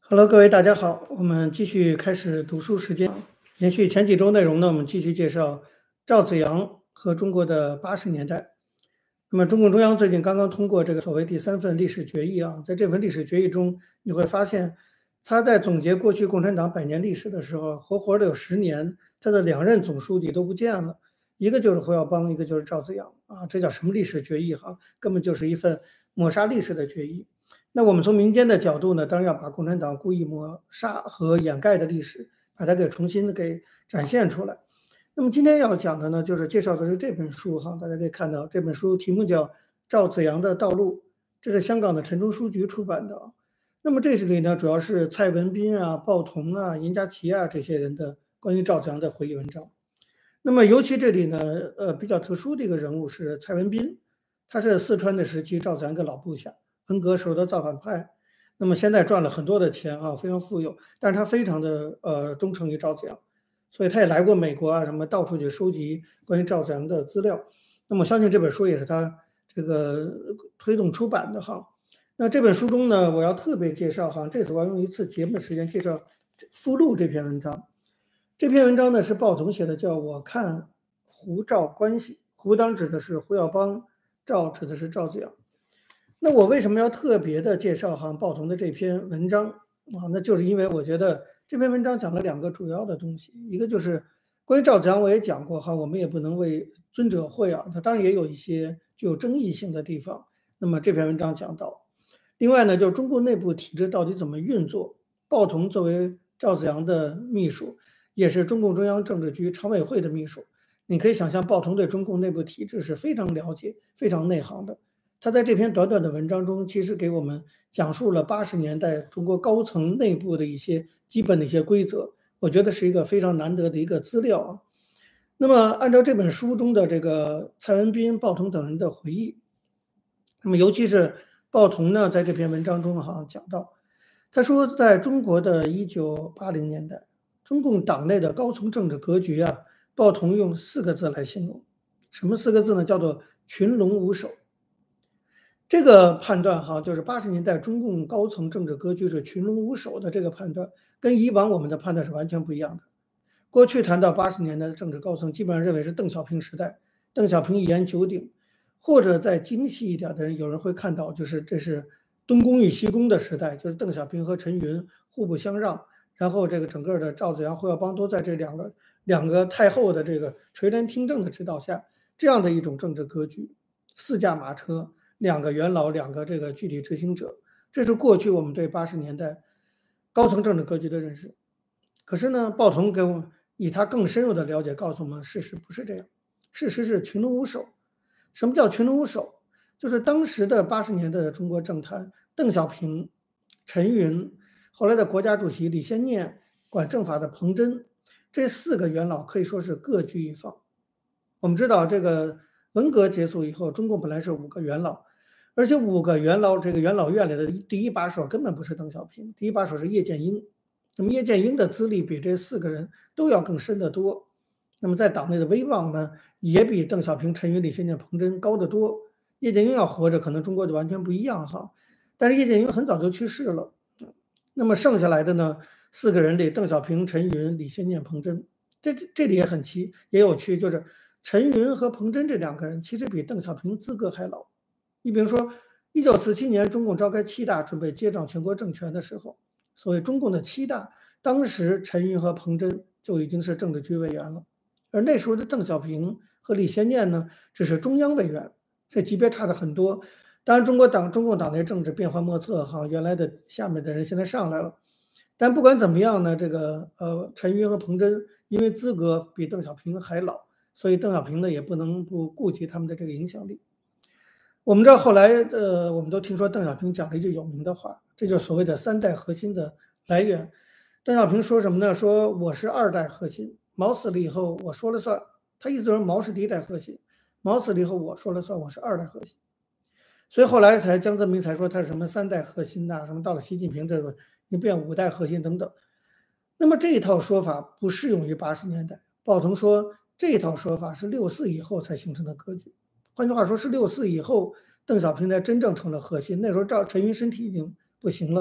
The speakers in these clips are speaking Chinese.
Hello，各位大家好，我们继续开始读书时间。延续前几周内容呢，我们继续介绍赵紫阳和中国的80年代。那么，中共中央最近刚刚通过这个所谓第3份历史决议啊，在这份历史决议中，你会发现，他在总结过去共产党100年历史的时候，活活的有10年，他的2任总书记都不见了，一个就是胡耀邦，一个就是赵紫阳啊，这叫什么历史决议哈？根本就是一份抹杀历史的决议。那我们从民间的角度呢，当然要把共产党故意抹杀和掩盖的历史，把它给重新给展现出来。那么今天要讲的呢，就是介绍的是这本书哈，大家可以看到这本书题目叫《赵紫阳的道路》，这是香港的陈忠书局出版的啊。那么这里呢，主要是蔡文斌啊、鲍同啊、严家琪啊这些人的关于赵紫阳的回忆文章。那么尤其这里呢，比较特殊的一个人物是蔡文斌，他是四川的时期赵紫阳一个老部下。文革时候的造反派，那么现在赚了很多的钱啊，非常富有，但是他非常的忠诚于赵紫阳，所以他也来过美国啊，什么到处去收集关于赵紫阳的资料。那么我相信这本书也是他这个推动出版的哈。那这本书中呢，我要特别介绍哈，这次我要用一次节目的时间介绍附录这篇文章。这篇文章呢是鲍同写的，叫我看胡赵关系。胡当指的是胡耀邦，赵指的是赵紫阳。那我为什么要特别的介绍鲍同的这篇文章啊？那就是因为我觉得这篇文章讲了2个主要的东西，一个就是关于赵紫阳，我也讲过哈，我们也不能为尊者讳啊，它当然也有一些具有争议性的地方。那么这篇文章讲到，另外呢，就是中共内部体制到底怎么运作。鲍同作为赵紫阳的秘书，也是中共中央政治局常委会的秘书，你可以想象鲍同对中共内部体制是非常了解、非常内行的。他在这篇短短的文章中，其实给我们讲述了80年代中国高层内部的一些基本的一些规则，我觉得是一个非常难得的一个资料啊。那么按照这本书中的这个蔡文斌、鲍同等人的回忆，那么尤其是鲍同呢，在这篇文章中讲到，他说在中国的1980年代，中共党内的高层政治格局啊，鲍同用4个字来形容，什么4个字呢？叫做群龙无首。这个判断就是80年代中共高层政治格局是群龙无首的这个判断，跟以往我们的判断是完全不一样的。过去谈到80年代的政治高层，基本上认为是邓小平时代，邓小平一言九鼎，或者再精细一点的人，有人会看到，就是这是东宫与西宫的时代，就是邓小平和陈云互不相让，然后这个整个的赵紫阳、胡耀邦都在这两个太后的这个垂帘听政的指导下，这样的一种政治格局，4驾马车。2个元老，2个这个具体执行者，这是过去我们对80年代高层政治格局的认识。可是呢，鲍同给我们以他更深入的了解告诉我们，事实不是这样，事实是群龙无首。什么叫群龙无首？就是当时的80年代的中国政坛，邓小平、陈云，后来的国家主席李先念，管政法的彭真，这4个元老可以说是各据一方。我们知道这个文革结束以后，中共本来是5个元老，而且5个元老，这个元老院里的第一把手根本不是邓小平，第一把手是叶剑英。那么叶剑英的资历比这4个人都要更深得多。那么在党内的威望呢，也比邓小平、陈云、李先念、彭真高得多。叶剑英要活着，可能中国就完全不一样哈。但是叶剑英很早就去世了。那么剩下来的呢，4个人里，邓小平、陈云、李先念、彭真，这里也有趣，就是陈云和彭真这2个人其实比邓小平资格还老。你比如说，1947年中共召开7大，准备接掌全国政权的时候，所谓中共的7大，当时陈云和彭真就已经是政治局委员了，而那时候的邓小平和李先念呢，只是中央委员，这级别差的很多。当然，中共党内政治变幻莫测原来的下面的人现在上来了，但不管怎么样呢，这个陈云和彭真因为资格比邓小平还老，所以邓小平呢也不能不顾及他们的这个影响力。我们知道后来我们都听说邓小平讲了一句有名的话，这就是所谓的3代核心的来源。邓小平说什么呢？说我是2代核心，毛死了以后我说了算。他意思就是毛是第1代核心，毛死了以后我说了算，我是2代核心。所以后来江泽民才说他是什么3代核心什么到了习近平这种你变5代核心等等。那么这一套说法不适用于80年代。鲍同说这一套说法是64以后才形成的格局。换句话说，是64以后，邓小平才真正成了核心。那时候陈云身体已经不行了，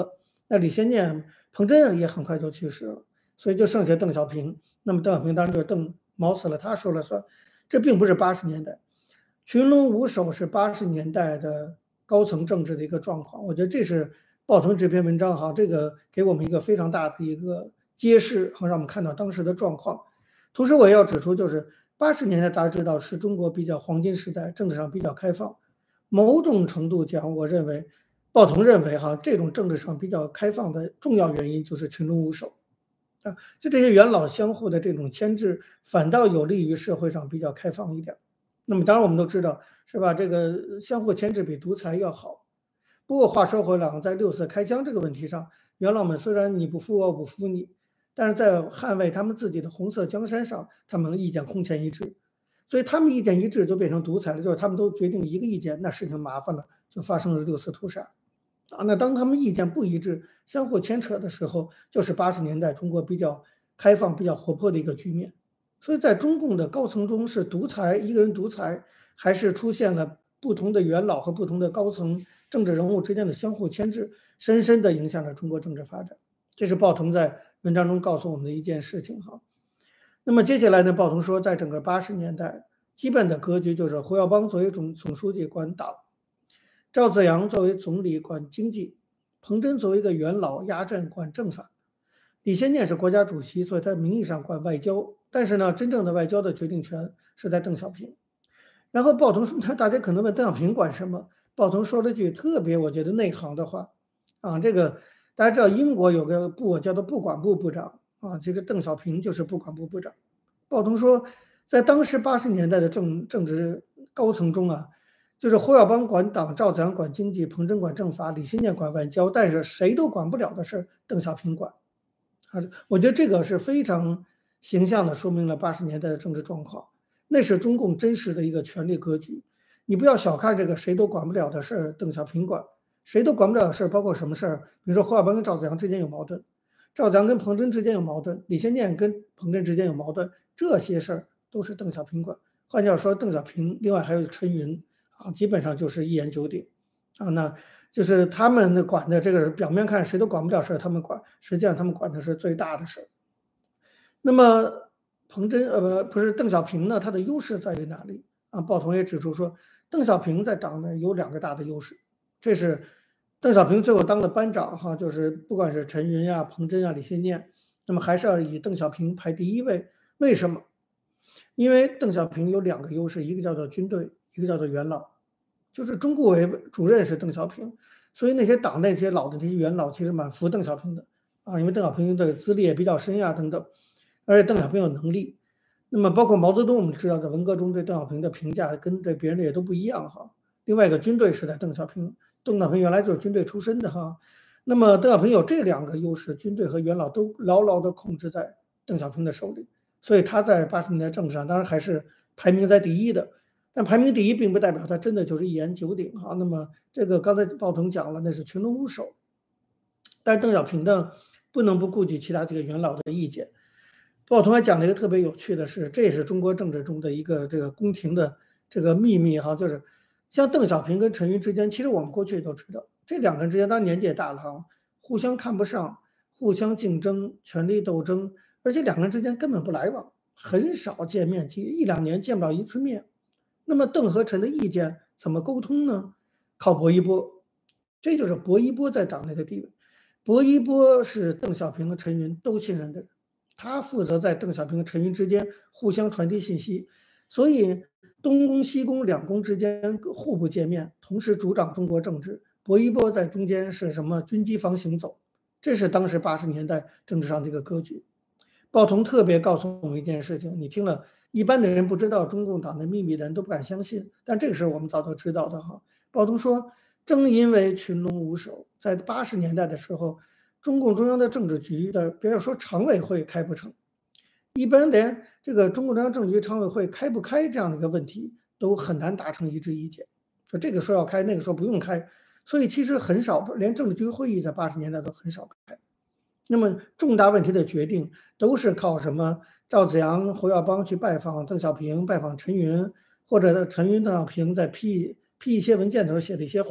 那李先念、彭真也很快就去世了，所以就剩下邓小平。那么邓小平当然就是毛死了他说了算，这并不是80年代，群龙无首是80年代的高层政治的一个状况。我觉得这是鲍腾这篇文章哈，这个给我们一个非常大的一个揭示，好让我们看到当时的状况。同时我也要指出，就是80年代大家知道是中国比较黄金时代，政治上比较开放。某种程度讲，我认为鲍腾认为哈，这种政治上比较开放的重要原因就是群龙无首啊，就这些元老相互的这种牵制，反倒有利于社会上比较开放一点。那么当然我们都知道是吧？这个相互牵制比独裁要好。不过话说回来，在6次开枪这个问题上，元老们虽然你不服我，我不服你，但是在捍卫他们自己的红色江山上，他们意见空前一致。所以他们意见一致就变成独裁了，就是他们都决定一个意见，那事情麻烦了，就发生了6次屠杀。啊，那当他们意见不一致、相互牵扯的时候，就是80年代中国比较开放、比较活泼的一个局面。所以在中共的高层中，是独裁一个人独裁，还是出现了不同的元老和不同的高层政治人物之间的相互牵制，深深地影响了中国政治发展。这是鲍腾在文章中告诉我们的一件事情哈。那么接下来呢，鲍腾说，在整个80年代，基本的格局就是胡耀邦作为总书记管党，赵紫阳作为总理管经济，彭真作为一个元老压阵管政法，李先念是国家主席，所以他名义上管外交，但是呢，真正的外交的决定权是在邓小平。然后鲍腾说，大家可能问邓小平管什么？鲍腾说了句特别我觉得内行的话啊，这个大家知道英国有个部叫做不管部部长啊，这个邓小平就是不管部部长。鲍腾说，在当时80年代的政治高层中啊，就是胡耀邦管党，赵紫阳管经济，彭真管政法，李先念管外交，但是谁都管不了的事邓小平管。啊，我觉得这个是非常形象地说明了80年代的政治状况，那是中共真实的一个权力格局。你不要小看这个谁都管不了的事儿，邓小平管，谁都管不了的事儿，包括什么事儿？比如说胡耀邦跟赵紫阳之间有矛盾，赵紫阳跟彭真之间有矛盾，李先念跟彭真之间有矛盾，这些事儿都是邓小平管。换句话说，邓小平另外还有陈云啊，基本上就是一言九鼎啊。那就是他们管的这个表面看谁都管不了事儿，他们管，实际上他们管的是最大的事儿。那么彭真不是邓小平呢，他的优势在于哪里啊？鲍彤也指出说，邓小平在党内有2个大的优势，这是邓小平最后当了班长哈，就是不管是陈云呀、彭真啊、李先念，那么还是要以邓小平排第一位。为什么？因为邓小平有2个优势，一个叫做军队，一个叫做元老。就是中顾委主任是邓小平，所以那些党内这些老的这些元老其实蛮服邓小平的啊，因为邓小平的资历也比较深呀等等，而且邓小平有能力。那么包括毛泽东，我们知道在文革中对邓小平的评价跟对别人的也都不一样哈。另外一个军队是在邓小平，邓小平原来就是军队出身的哈。那么邓小平有这2个优势，军队和元老都牢牢地控制在邓小平的手里，所以他在80年代政治上当然还是排名在第一的。但排名第一并不代表他真的就是一言九鼎哈。那么这个刚才鲍腾讲了，那是群龙无首。但是邓小平呢，不能不顾及其他几个元老的意见。鲍腾还讲了一个特别有趣的事，这也是中国政治中的一个这个宫廷的这个秘密哈，就是像邓小平跟陈云之间，其实我们过去也都知道，这2个人之间当然年纪也大了哈，互相看不上，互相竞争，权力斗争，而且2个人之间根本不来往，很少见面，其实1-2年见不了1次面。那么邓和陈的意见怎么沟通呢？靠薄一波，这就是薄一波在党内的地位。薄一波是邓小平和陈云都信任的人，他负责在邓小平和陈云之间互相传递信息，所以东宫西宫2宫之间互不见面，同时主掌中国政治。薄一波在中间是什么军机房行走，这是当时80年代政治上的一个格局。鲍腾特别告诉我们一件事情，你听了一般的人不知道中共党的秘密的人都不敢相信，但这个是我们早就知道的哈。鲍腾说，正因为群龙无首，在80年代的时候，中共中央的政治局的，别说常委会开不成，一般连这个中共中央政治局常委会开不开这样的一个问题都很难达成一致意见，就这个说要开，那个说不用开，所以其实很少，连政治局会议在80年代都很少开。那么重大问题的决定都是靠什么？赵紫阳、胡耀邦去拜访邓小平，拜访陈云，或者陈云、邓小平在批一些文件的时候写的一些话，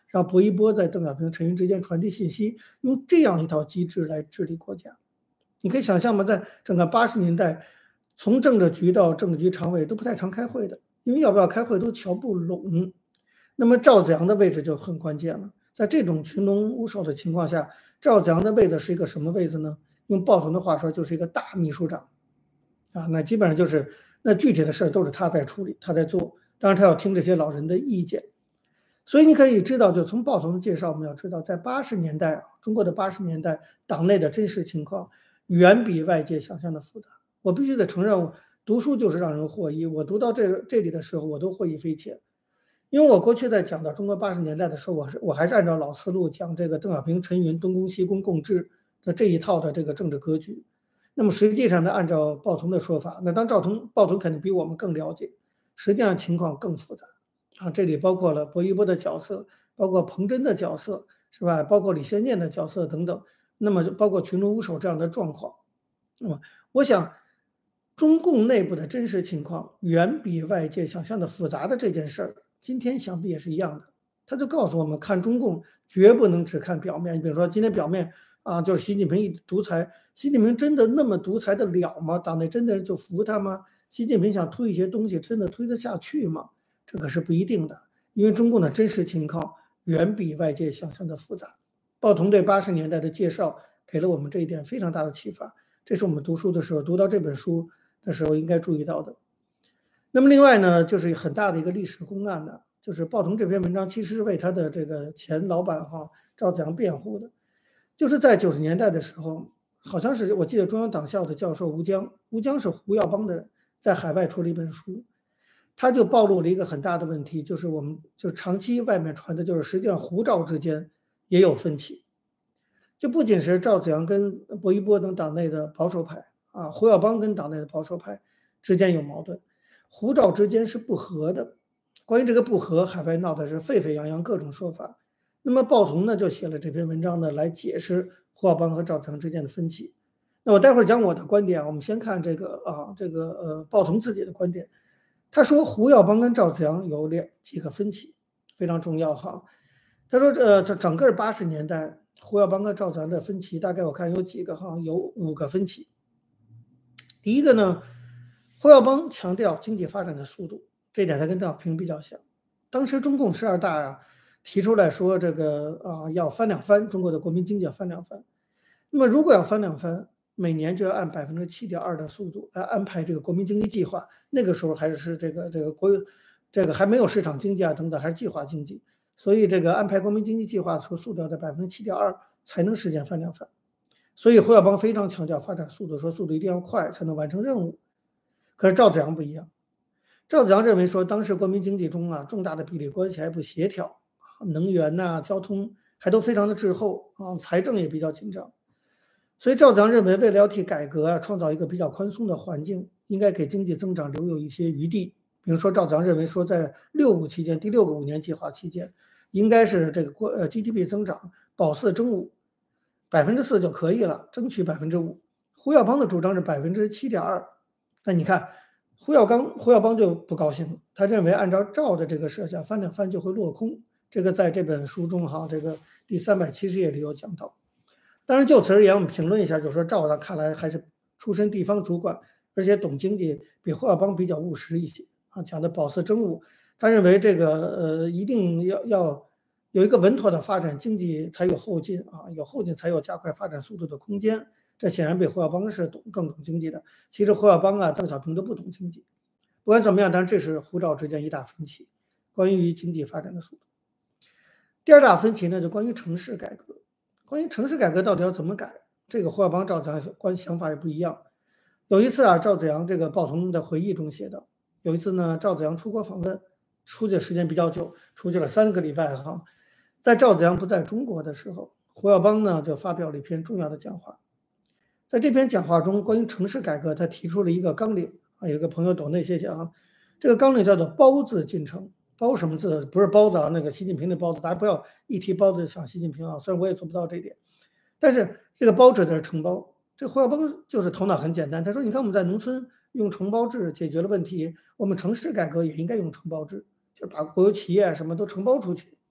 让薄一波在邓小平、陈云之间传递信息，用这样一套机制来治理国家。你可以想象吗？在整个80年代，从政治局到政治局常委都不太常开会的，因为要不要开会都瞧不拢。那么赵紫阳的位置就很关键了。在这种群龙无首的情况下，赵紫阳的位置是一个什么位置呢？用鲍腾的话说，就是一个大秘书长啊。那基本上就是那具体的事都是他在处理，他在做。当然，他要听这些老人的意见。所以你可以知道，就从鲍腾的介绍，我们要知道，在80年代啊，中国的80年代党内的真实情况远比外界想象的复杂。我必须得承认，读书就是让人获益。我读到这里的时候，我都获益匪浅。因为我过去在讲到中国80年代的时候，我还是按照老思路讲这个邓小平、陈云东宫西宫共治的这一套的这个政治格局。那么实际上呢，按照鲍腾的说法，那鲍腾肯定比我们更了解，实际上情况更复杂啊。这里包括了薄一波的角色，包括彭真的角色，是吧？包括李先念的角色等等。那么包括群龙无首这样的状况。那么我想，中共内部的真实情况远比外界想象的复杂的这件事儿。今天想必也是一样的，他就告诉我们，看中共绝不能只看表面。你比如说，今天表面啊，就是习近平一独裁，习近平真的那么独裁的了吗？党内真的就服他吗？习近平想推一些东西，真的推得下去吗？这个是不一定的，因为中共的真实情况远比外界想象的复杂。鲍腾对80年代的介绍给了我们这一点非常大的启发，这是我们读书的时候读到这本书的时候应该注意到的。那么另外呢，就是很大的一个历史公案呢，就是鲍腾这篇文章其实是为他的这个前老板赵紫阳辩护的。就是在90年代的时候，好像是我记得中央党校的教授吴江是胡耀邦的人，在海外出了一本书，他就暴露了一个很大的问题，就是我们就长期外面传的就是实际上胡赵之间也有分歧，就不仅是赵紫阳跟薄一波等党内的保守派啊，胡耀邦跟党内的保守派之间有矛盾。胡赵之间是不和的，关于这个不和，海外闹的是沸沸扬扬，各种说法。那么鲍腾呢，就写了这篇文章呢，来解释胡耀邦和赵紫阳之间的分歧。那我待会儿讲我的观点啊，我们先看鲍腾自己的观点。他说胡耀邦跟赵紫阳有几个分歧，非常重要哈。他说这整个80年代，胡耀邦跟赵紫阳的分歧，大概我看有几个有5个分歧。第一个呢，胡耀邦强调经济发展的速度，这点他跟邓小平比较像。当时中共12大提出来说这个要翻两番，中国的国民经济要翻两番。那么如果要翻两番，每年就要按7.2%的速度来安排这个国民经济计划。那个时候还是这个还没有市场经济等等，还是计划经济，所以这个安排国民经济计划的时候，速度要在7.2%才能实现翻两番。所以胡耀邦非常强调发展速度，说速度一定要快才能完成任务。可是赵紫阳不一样，赵紫阳认为说，当时国民经济中重大的比例关系还不协调能源交通还都非常的滞后财政也比较紧张。所以赵紫阳认为，为了要替改革创造一个比较宽松的环境，应该给经济增长留有一些余地。比如说，赵紫阳认为说，在6·5期间，第6个5年计划期间，应该是这个GDP 增长保4争5。4%就可以了，争取5%。胡耀邦的主张是7.2%，那你看胡耀邦就不高兴了，他认为按照赵的这个设想，翻两番就会落空。这个在这本书中这个第370页里有讲到。当然就此而言，我们评论一下，就是说赵他看来还是出身地方主管，而且懂经济，比胡耀邦比较务实一些讲的保4争5。他认为这个一定要有一个稳妥的发展，经济才有后劲有后劲才有加快发展速度的空间。这显然比胡耀邦是更懂经济的。其实胡耀邦邓小平都不懂经济。不管怎么样，当然这是胡赵之间一大分歧，关于经济发展的速度。第二大分歧呢，就关于城市改革。关于城市改革到底要怎么改，这个胡耀邦、赵紫阳想法也不一样。有一次赵紫阳这个鲍腾的回忆中写道，有一次呢，赵紫阳出国访问，出去的时间比较久，出去了3个礼拜在赵紫阳不在中国的时候，胡耀邦呢就发表了一篇重要的讲话。在这篇讲话中，关于城市改革，他提出了一个纲领有个朋友懂那些讲这个纲领叫做包字进程。包什么字？不是包子那个习近平的包子，大家不要一提包子就想习近平虽然我也做不到这一点，但是这个包指的是承包。这胡耀邦就是头脑很简单，他说：“你看我们在农村用承包制解决了问题，我们城市改革也应该用承包制，就是把国有企业什么都承包出去。”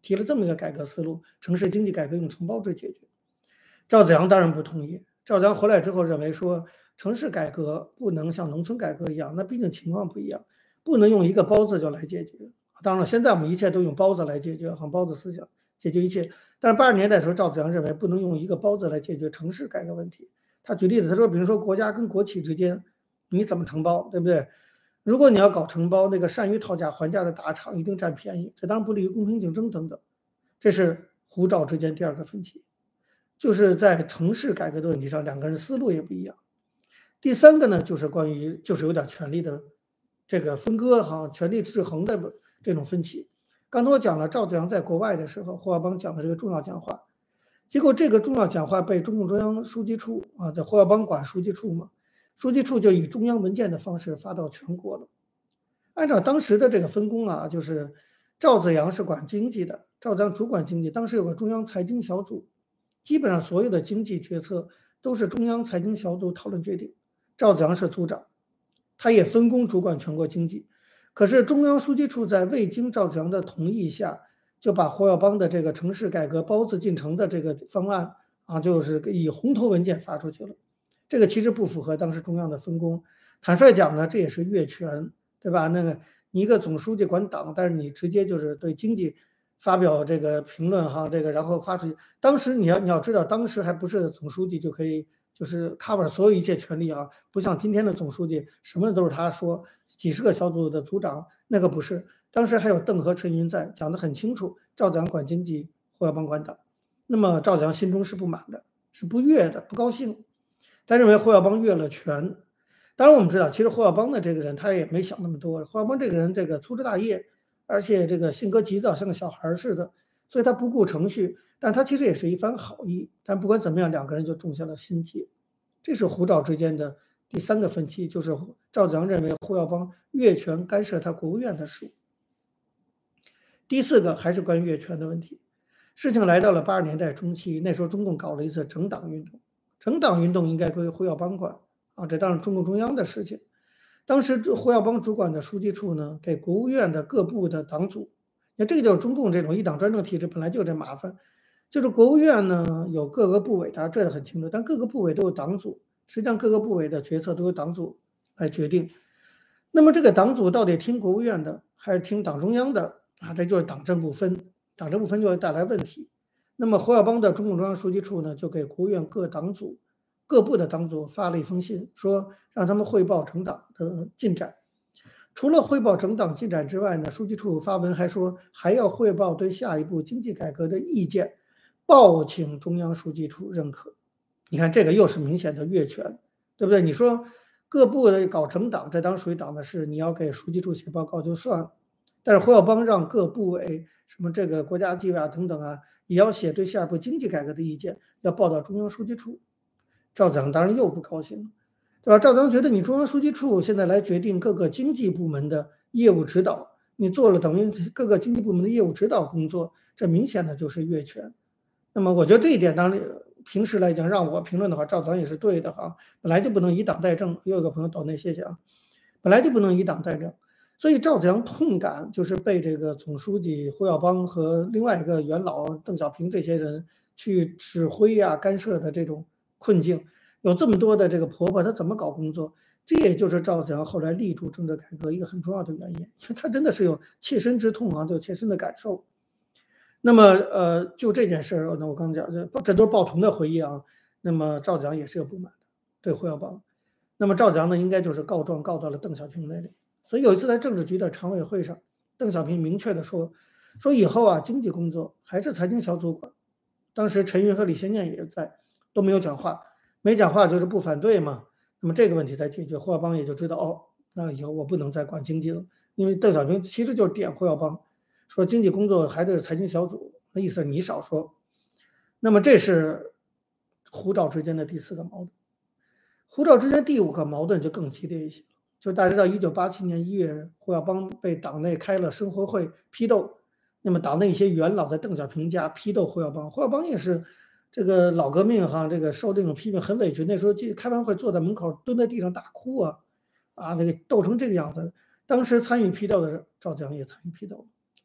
提了这么一个改革思路，城市经济改革用承包制解决。赵子阳当然不同意，赵子阳回来之后认为说，城市改革不能像农村改革一样，那毕竟情况不一样，不能用一个包子就来解决。当然了，现在我们一切都用包子来解决，很包子思想解决一切。但是80年代的时候，赵子阳认为不能用一个包子来解决城市改革问题。他举例子，他说，比如说国家跟国企之间，你怎么承包，对不对？如果你要搞承包，那个善于讨价还价的大厂一定占便宜，这当然不利于公平竞争等等。这是胡赵之间第二个分歧，就是在城市改革的问题上，两个人思路也不一样。第三个呢，就是关于有点权力的这个分割权力制衡的这种分歧。刚才我讲了，赵子阳在国外的时候，胡耀邦讲的这个重要讲话，结果这个重要讲话被中共中央书记处在胡耀邦管书记处嘛，书记处就以中央文件的方式发到全国了。按照当时的这个分工就是赵子阳是管经济的，赵子阳主管经济，当时有个中央财经小组，基本上所有的经济决策都是中央财经小组讨论决定，赵子阳是组长，他也分工主管全国经济。可是中央书记处在未经赵子阳的同意下，就把胡耀邦的这个城市改革包子进城的这个方案就是以红头文件发出去了。这个其实不符合当时中央的分工。坦率讲呢，这也是越权，对吧？那个你一个总书记管党，但是你直接就是对经济发表这个评论这个然后发出去。当时你要知道，当时还不是总书记就可以就是 cover 所有一切权利不像今天的总书记什么都是他说，几十个小组的组长那个不是。当时还有邓和陈云在，讲得很清楚，赵子阳管经济，胡耀邦管党。那么赵子阳心中是不满的，是不悦的，不高兴。他认为胡耀邦越了权。当然我们知道，其实胡耀邦的这个人他也没想那么多，胡耀邦这个人这个粗枝大叶，而且这个性格急躁，像个小孩似的，所以他不顾程序，但他其实也是一番好意。但不管怎么样，两个人就种下了心结。这是胡赵之间的第三个分歧，就是赵子阳认为胡耀邦越权干涉他国务院的事务。第四个还是关于越权的问题。事情来到了80年代中期，那时候中共搞了一次整党运动，整党运动应该归胡耀邦管这当然中共中央的事情。当时胡耀邦主管的书记处呢，给国务院的各部的党组，那这个就是中共这种一党专政体制本来就这麻烦，就是国务院呢有各个部委，大家这很清楚，但各个部委都有党组，实际上各个部委的决策都由党组来决定。那么这个党组到底听国务院的还是听党中央的这就是党政不分，党政不分就会带来问题。那么胡耀邦的中共中央书记处呢，就给国务院各党组、各部的党组发了一封信，说让他们汇报整党的进展。除了汇报整党进展之外呢，书记处发文还说还要汇报对下一步经济改革的意见，报请中央书记处认可。你看这个又是明显的越权，对不对？你说各部的搞整党，这当属于党的事，你要给书记处写报告就算了。但是胡耀邦让各部委什么这个国家纪委等等也要写对下一步经济改革的意见，要报到中央书记处。赵子阳当然又不高兴了，对吧？赵子阳觉得你中央书记处现在来决定各个经济部门的业务指导，你做了等于各个经济部门的业务指导工作，这明显的就是越权。那么我觉得这一点当然平时来讲让我评论的话，赵子阳也是对的本来就不能以党代政。又有个朋友岛内谢谢本来就不能以党代政。所以赵子阳痛感就是被这个总书记胡耀邦和另外一个元老邓小平这些人去指挥干涉的这种困境。有这么多的这个婆婆，她怎么搞工作？这也就是赵子阳后来力主政治改革一个很重要的原因，因为他真的是有切身之痛有切身的感受。那么就这件事儿，那我刚讲这都是报童的回忆那么赵子阳也是有不满的，对胡耀邦。那么赵子阳呢，应该就是告状告到了邓小平那里。所以有一次在政治局的常委会上，邓小平明确的说以后经济工作还是财经小组管。当时陈云和李先念也在，都没有讲话，没讲话就是不反对嘛。那么这个问题才解决，胡耀邦也就知道那以后我不能再管经济了，因为邓小平其实就是点胡耀邦，说经济工作还得是财经小组，那意思是你少说。那么这是胡赵之间的第四个矛盾。胡赵之间第五个矛盾就更激烈一些。就是大家知道，1987年1月，胡耀邦被党内开了生活会批斗，那么党内一些元老在邓小平家批斗胡耀邦，胡耀邦也是这个老革命这个受这种批评很委屈。那时候开完会坐在门口蹲在地上大哭那个斗成这个样子。当时参与批斗的赵子阳也参与批斗，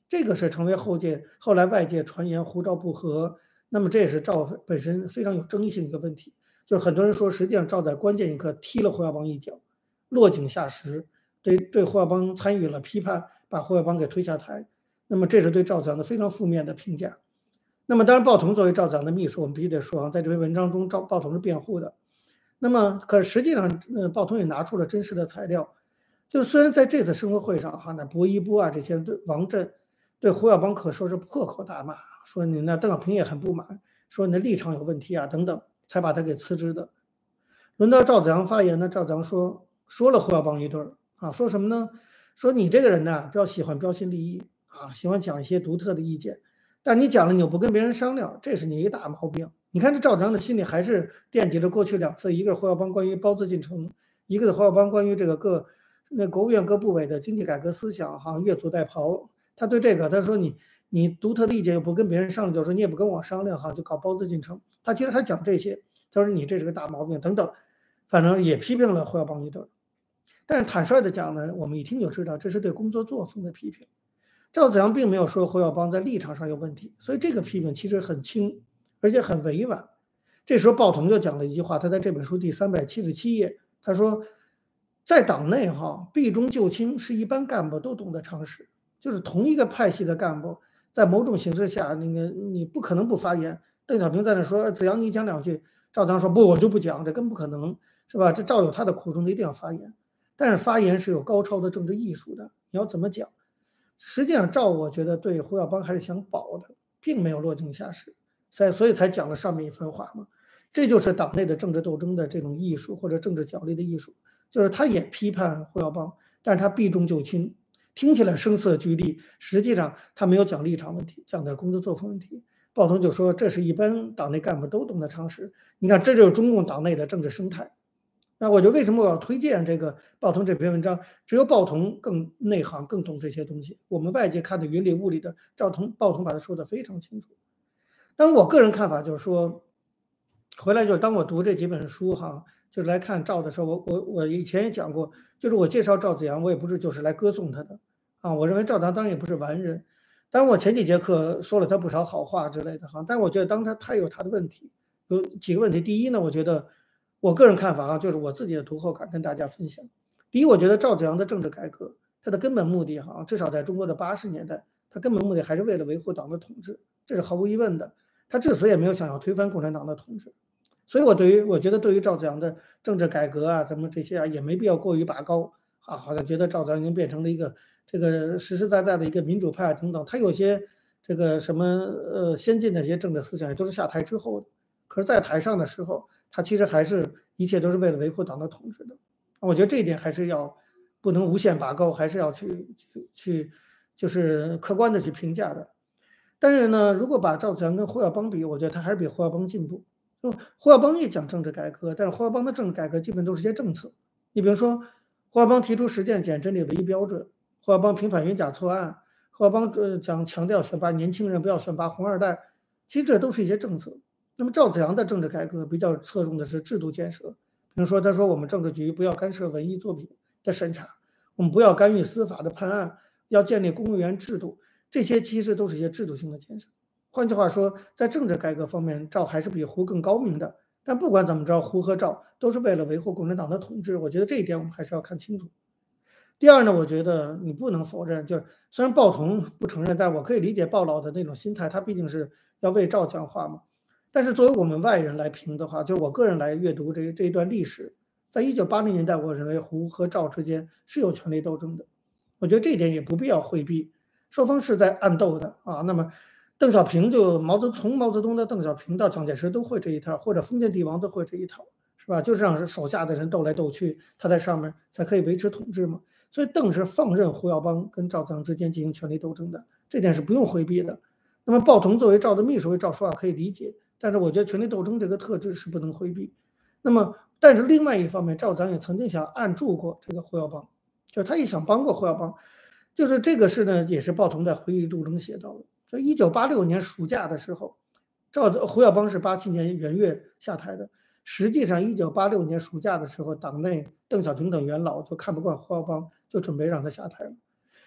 这个是成为后来外界传言胡赵不和，那么这也是赵本身非常有争议性的一个问题。就是很多人说，实际上赵在关键一刻踢了胡耀邦一脚，落井下石，对胡耀邦参与了批判，把胡耀邦给推下台。那么这是对赵子阳的非常负面的评价。那么当然，鲍同作为赵子阳的秘书，我们必须得说啊，在这篇文章中，鲍同是辩护的。那么可实际上，鲍同也拿出了真实的材料。就虽然在这次生活会上哈，那薄一波啊这些对王震对胡耀邦可说是破口大骂，说你那邓小平也很不满，说你的立场有问题啊等等，才把他给辞职的。轮到赵子阳发言呢，赵子阳说了胡耀邦一顿啊，说什么呢？说你这个人呢，喜欢标新立异啊，喜欢讲一些独特的意见，但你讲了你又不跟别人商量，这是你一个大毛病。你看这赵子阳的心里还是惦记着过去2次，一个是胡耀邦关于包资进城，一个是胡耀邦关于这个国务院各部委的经济改革思想哈，越俎代庖。他对这个他说你独特的意见又不跟别人商量，就是说你也不跟我商量哈，就搞包资进城。他其实还讲这些，他说你这是个大毛病等等，反正也批评了胡耀邦一顿。但是坦率的讲呢，我们一听就知道这是对工作作风的批评。赵子阳并没有说胡耀邦在立场上有问题，所以这个批评其实很轻，而且很委婉。这时候鲍同就讲了一句话，他在这本书第377页，他说，在党内哈，避重就轻是一般干部都懂的常识，就是同一个派系的干部，在某种形势下，那个你不可能不发言。邓小平在那说子阳你讲2句，赵子阳说不，我就不讲，这更不可能，是吧？这赵有他的苦衷，一定要发言。但是发言是有高超的政治艺术的，你要怎么讲？实际上，赵我觉得对胡耀邦还是想保的，并没有落井下石，所以才讲了上面一番话嘛。这就是党内的政治斗争的这种艺术，或者政治角力的艺术，就是他也批判胡耀邦，但是他避重就轻，听起来声色俱厉，实际上他没有讲立场问题，讲的工作作风问题。鲍同就说这是一般党内干部都懂的常识，你看这就是中共党内的政治生态。那我就为什么我要推荐这个鲍同这篇文章？只有鲍同更内行，更懂这些东西。我们外界看的云里雾里的，鲍同把它说的非常清楚。但我个人看法就是说，回来就是当我读这几本书哈，就是来看赵的时候，我以前也讲过，就是我介绍赵子阳，我也不是就是来歌颂他的啊。我认为赵子阳当然也不是完人，当然我前几节课说了他不少好话之类的哈，但是我觉得他有他的问题，有几个问题。第一呢，我觉得我个人看法啊，就是我自己的读后感跟大家分享。第一，我觉得赵子阳的政治改革，它的根本目的哈，至少在中国的80年代，它根本目的还是为了维护党的统治，这是毫无疑问的。他至死也没有想要推翻共产党的统治。所以我觉得对于赵子阳的政治改革啊，什么这些啊，也没必要过于拔高啊，好像觉得赵子阳已经变成了一个这个实实在在的一个民主派等等。他有些这个什么先进的一些政治思想，也都是下台之后的。可是，在台上的时候，他其实还是一切都是为了维护党的统治的。我觉得这一点还是要不能无限拔高，还是要去就是客观的去评价的。但是呢，如果把赵子阳跟胡耀邦比，我觉得他还是比胡耀邦进步。就胡耀邦也讲政治改革，但是胡耀邦的政治改革基本都是些政策。你比如说，胡耀邦提出实践减真理唯一标准，胡耀邦平反冤假错案，胡耀邦强调选拔年轻人，不要选拔红二代，其实这都是一些政策。那么赵子阳的政治改革比较侧重的是制度建设，比如说他说我们政治局不要干涉文艺作品的审查，我们不要干预司法的判案，要建立公务员制度，这些其实都是一些制度性的建设。换句话说，在政治改革方面，赵还是比胡更高明的。但不管怎么着，胡和赵都是为了维护共产党的统治，我觉得这一点我们还是要看清楚。第二呢，我觉得你不能否认，就是虽然鲍同不承认，但是我可以理解鲍老的那种心态，他毕竟是要为赵讲话嘛。但是作为我们外人来评的话，就是我个人来阅读这一段历史，在1980年代，我认为胡和赵之间是有权力斗争的，我觉得这一点也不必要回避，双方是在暗斗的啊。那么邓小平从毛泽东的邓小平到蒋介石都会这一套，或者封建帝王都会这一套，是吧？就是让手下的人斗来斗去，他在上面才可以维持统治嘛。所以邓是放任胡耀邦跟赵子阳之间进行权力斗争的，这点是不用回避的。那么鲍同作为赵的秘书为赵说话可以理解，但是我觉得权力斗争这个特质是不能回避。那么，但是另外一方面，赵子阳也曾经想按住过这个胡耀邦，就是他也想帮过胡耀邦，就是这个事呢，也是鲍同在回忆录中写到的。就1986年暑假的时候，胡耀邦是87年元月下台的。实际上，1986年暑假的时候，党内邓小平等元老就看不惯胡耀邦，就准备让他下台了。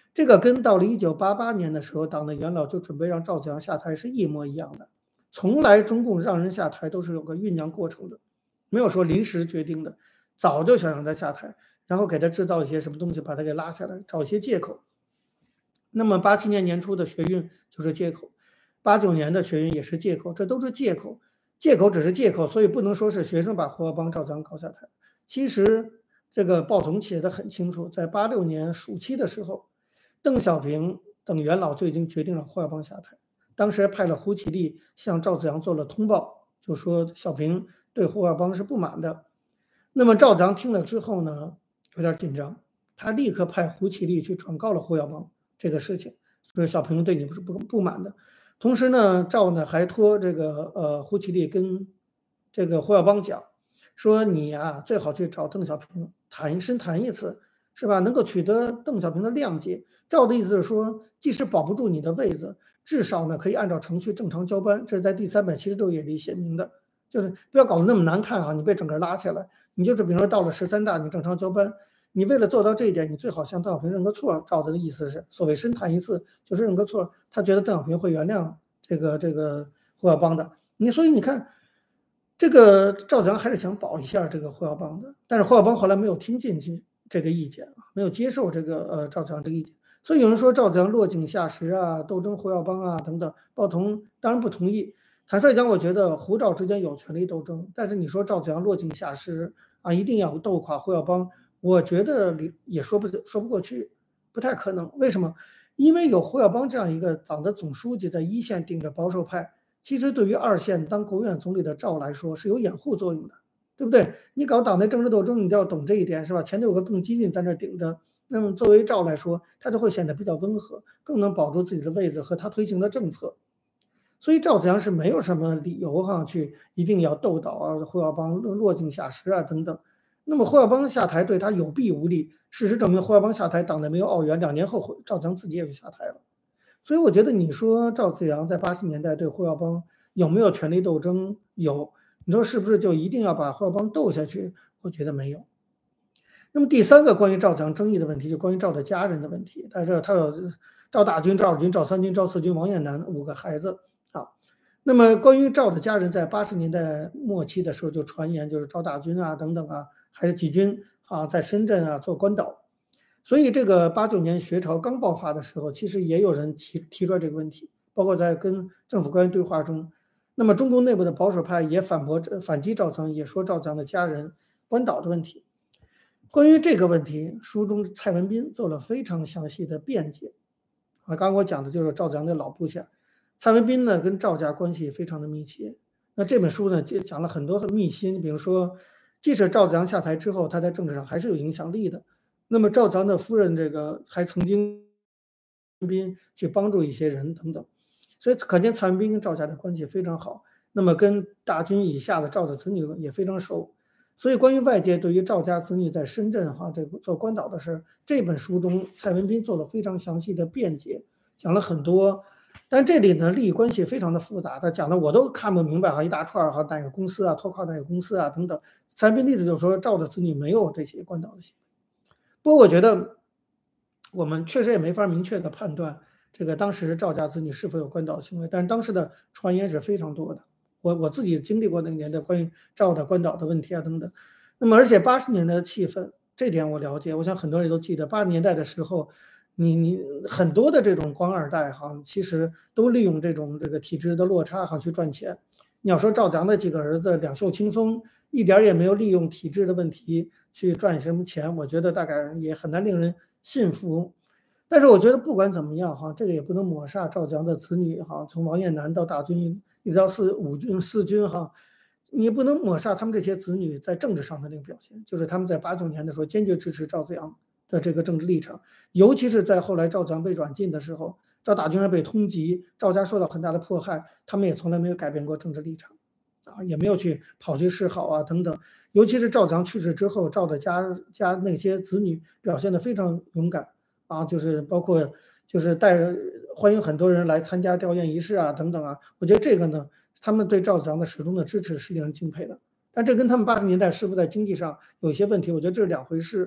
这个跟到了1988年的时候，党的元老就准备让赵子阳下台是一模一样的。从来中共让人下台都是有个酝酿过程的，没有说临时决定的，早就想让他下台，然后给他制造一些什么东西把他给拉下来，找一些借口。那么87年年初的学运就是借口，89年的学运也是借口，这都是借口。借口只是借口，所以不能说是学生把胡耀邦、赵子阳搞下台。其实这个报童写的很清楚，在86年暑期的时候，邓小平等元老就已经决定了胡耀邦下台。当时派了胡启立向赵子阳做了通报，就说小平对胡耀邦是不满的。那么赵子阳听了之后呢，有点紧张，他立刻派胡启立去转告了胡耀邦这个事情，说小平对你是不满的。同时呢，赵呢还托这个胡启立跟这个胡耀邦讲，说你呀最好去找邓小平深谈一次，是吧？能够取得邓小平的谅解。赵的意思是说，即使保不住你的位子，至少呢可以按照程序正常交班，这是在第376页里写明的，就是不要搞得那么难看啊，你被整个拉下来，你就是比如说到了13大，你正常交班。你为了做到这一点，你最好向邓小平认个错。赵的意思是，所谓深谈一次，就是认个错。他觉得邓小平会原谅这个胡耀邦的。所以你看，这个赵子阳还是想保一下这个胡耀邦的，但是胡耀邦后来没有听进去这个意见啊，没有接受这个赵子阳这个意见。所以有人说赵子阳落井下石啊，斗争胡耀邦啊等等。鲍同当然不同意。坦率讲，我觉得胡赵之间有权力斗争，但是你说赵子阳落井下石啊，一定要斗垮胡耀邦。我觉得也说不过去，不太可能。为什么？因为有胡耀邦这样一个党的总书记在一线顶着保守派，其实对于二线当国务院总理的赵来说是有掩护作用的，对不对？你搞党内政治斗争，你都要懂这一点，是吧？前头有个更激进在那顶着，那么作为赵来说，他就会显得比较温和，更能保住自己的位子和他推行的政策。所以赵子阳是没有什么理由去一定要斗倒啊胡耀邦落井下石啊等等。那么胡耀邦下台对他有弊无利。事实证明，胡耀邦下台，党内没有奥援，2年后赵子阳自己也就下台了。所以我觉得你说赵子阳在80年代对胡耀邦有没有权力斗争？有。你说是不是就一定要把胡耀邦斗下去？我觉得没有。那么第三个关于赵子阳争议的问题，就关于赵的家人的问题。他有赵大军、赵二军、赵三军、赵四军、王艳楠5个孩子啊。那么关于赵的家人，在80年代末期的时候就传言，就是赵大军啊等等啊，还是几军啊，在深圳啊做关岛。所以这个89年学潮刚爆发的时候，其实也有人提出来这个问题，包括在跟政府官员对话中。那么中共内部的保守派也反击赵子阳，也说赵子阳的家人关岛的问题。关于这个问题，书中蔡文斌做了非常详细的辩解。刚刚我讲的就是赵子阳的老部下，蔡文斌呢跟赵家关系非常的密切。那这本书呢讲了很多秘辛，比如说，即使赵子阳下台之后，他在政治上还是有影响力的。那么赵子阳的夫人这个还曾经去帮助一些人等等，所以可见蔡文斌跟赵家的关系非常好。那么跟大军以下的赵的子女也非常熟。所以，关于外界对于赵家子女在深圳这个做关岛的事，这本书中蔡文斌做了非常详细的辩解，讲了很多。但这里呢，利益关系非常的复杂，他讲的我都看不明白一大串哪个公司啊，投靠哪个公司啊等等。蔡文斌例子就是说，赵的子女没有这些关岛的行为。不过，我觉得我们确实也没法明确的判断这个当时赵家子女是否有关岛行为，但是当时的传言是非常多的。我自己经历过那个年代关于赵的关岛的问题啊等等。那么而且80年代的气氛，这点我了解，我想很多人都记得80年代的时候，你很多的这种官二代其实都利用这个体制的落差去赚钱。你要说赵子阳的几个儿子两袖清风，一点也没有利用体制的问题去赚什么钱，我觉得大概也很难令人信服。但是我觉得不管怎么样这个也不能抹杀赵子阳的子女从王艳楠到大军一直到5军4军你也不能抹杀他们这些子女在政治上的那个表现，就是他们在89年的时候坚决支持赵子阳的这个政治立场，尤其是在后来赵子阳被软禁的时候，赵大军还被通缉，赵家受到很大的迫害，他们也从来没有改变过政治立场也没有去跑去示好等等。尤其是赵子阳去世之后，赵的家那些子女表现得非常勇敢就是包括就是欢迎很多人来参加吊唁仪式等等我觉得这个呢，他们对赵子阳的始终的支持是令人敬佩的。但这跟他们80年代是不是在经济上有一些问题，我觉得这是两回事。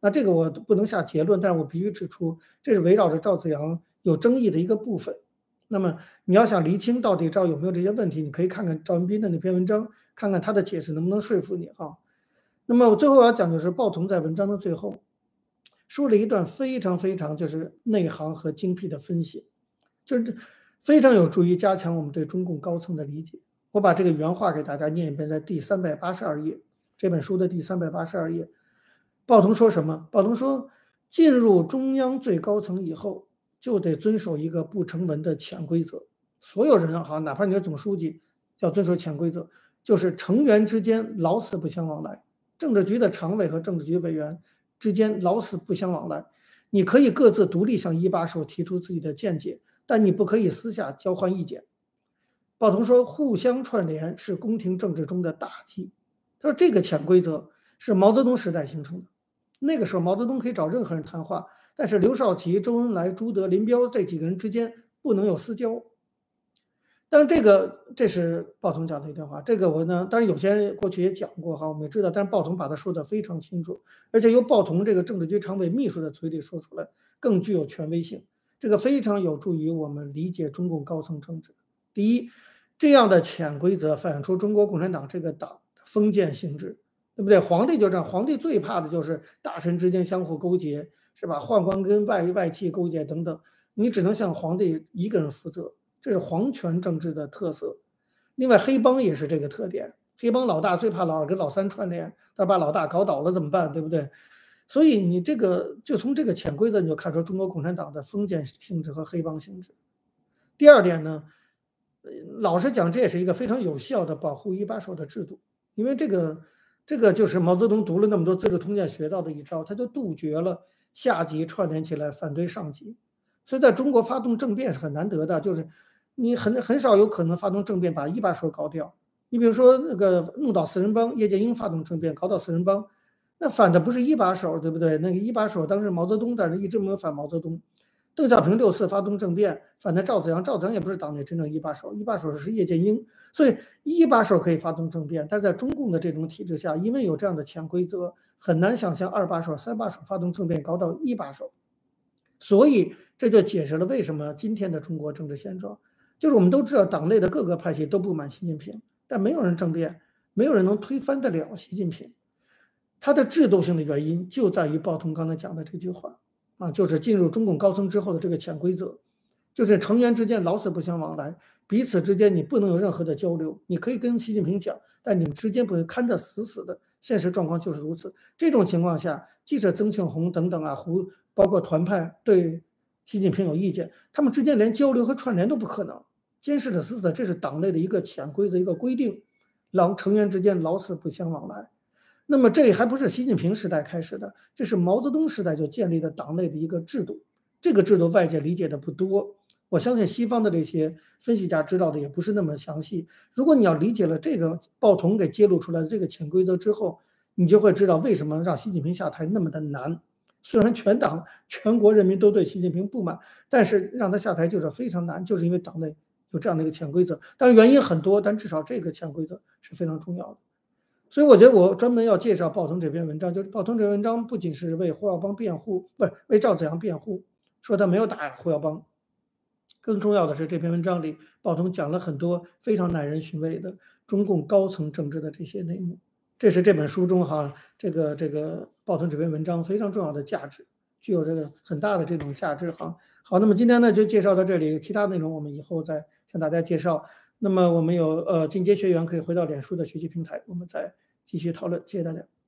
那这个我不能下结论，但是我必须指出，这是围绕着赵紫阳有争议的一个部分。那么你要想厘清到底赵有没有这些问题，你可以看看赵文斌的那篇文章，看看他的解释能不能说服你哈。那么我最后要讲就是鲍同在文章的最后说了一段非常非常就是内行和精辟的分析，就是非常有助于加强我们对中共高层的理解。我把这个原话给大家念一遍，在第382页，这本书的第382页。鲍同说什么？鲍同说，进入中央最高层以后，就得遵守一个不成文的潜规则。所有人哈，哪怕你是总书记，要遵守潜规则，就是成员之间老死不相往来。政治局的常委和政治局委员之间老死不相往来。你可以各自独立向1把手提出自己的见解，但你不可以私下交换意见。鲍同说，互相串联是宫廷政治中的大忌。他说，这个潜规则是毛泽东时代形成的。那个时候，毛泽东可以找任何人谈话，但是刘少奇、周恩来、朱德、林彪这几个人之间不能有私交。但是这是鲍同讲的一段话，这个我呢，当然有些人过去也讲过哈，我们也知道，但是鲍同把它说的非常清楚，而且由鲍同这个政治局常委秘书的嘴里说出来，更具有权威性，这个非常有助于我们理解中共高层政治。第一，这样的潜规则反映出中国共产党这个党的封建性质。对不对？皇帝就这样，皇帝最怕的就是大臣之间相互勾结，是吧？宦官跟外戚勾结等等，你只能向皇帝一个人负责，这是皇权政治的特色。另外，黑帮也是这个特点，黑帮老大最怕老二跟老三串联，他把老大搞倒了怎么办？对不对？所以你这个就从这个潜规则你就看出中国共产党的封建性质和黑帮性质。第二点呢，老实讲，这也是一个非常有效的保护1把手的制度，因为这个就是毛泽东读了那么多《资治通鉴》学到的一招，他就杜绝了下级串联起来反对上级。所以在中国发动政变是很难得的，就是你很少有可能发动政变把1把手搞掉。你比如说那个弄倒四人帮，叶剑英发动政变搞倒四人帮，那反的不是1把手，对不对？那个1把手当时毛泽东，但是一直没有反毛泽东。邓小平6次发动政变反的赵紫阳，赵紫阳也不是党内真正1把手是叶剑英。所以1把手可以发动政变，但是在中共的这种体制下，因为有这样的潜规则，很难想象2把手、3把手发动政变搞到1把手。所以这就解释了为什么今天的中国政治现状，就是我们都知道党内的各个派系都不满习近平，但没有人政变，没有人能推翻得了习近平。它的制度性的原因就在于鲍同刚才讲的这句话啊，就是进入中共高层之后的这个潜规则，就是成员之间老死不相往来，彼此之间你不能有任何的交流，你可以跟习近平讲，但你们之间不会看得死死的。现实状况就是如此。这种情况下，即使曾庆红等等啊，包括团派对习近平有意见，他们之间连交流和串联都不可能，监视的死死的，这是党内的一个潜规则，一个规定，成员之间老死不相往来。那么这还不是习近平时代开始的，这是毛泽东时代就建立的党内的一个制度。这个制度外界理解的不多，我相信西方的这些分析家知道的也不是那么详细。如果你要理解了这个鲍同给揭露出来的这个潜规则之后，你就会知道为什么让习近平下台那么的难。虽然全党全国人民都对习近平不满，但是让他下台就是非常难，就是因为党内有这样的一个潜规则。当然原因很多，但至少这个潜规则是非常重要的。所以我觉得我专门要介绍鲍同这篇文章，就是鲍同这篇文章不仅是为胡耀邦辩护，不是为赵紫阳辩护，说他没有打胡耀邦。更重要的是，这篇文章里，鲍同讲了很多非常耐人寻味的中共高层政治的这些内幕。这是这本书中哈，这个鲍同这篇文章非常重要的价值，具有这个很大的这种价值哈。好，那么今天呢就介绍到这里，其他内容我们以后再向大家介绍。那么我们有进阶学员可以回到脸书的学习平台，我们再继续讨论。谢谢大家。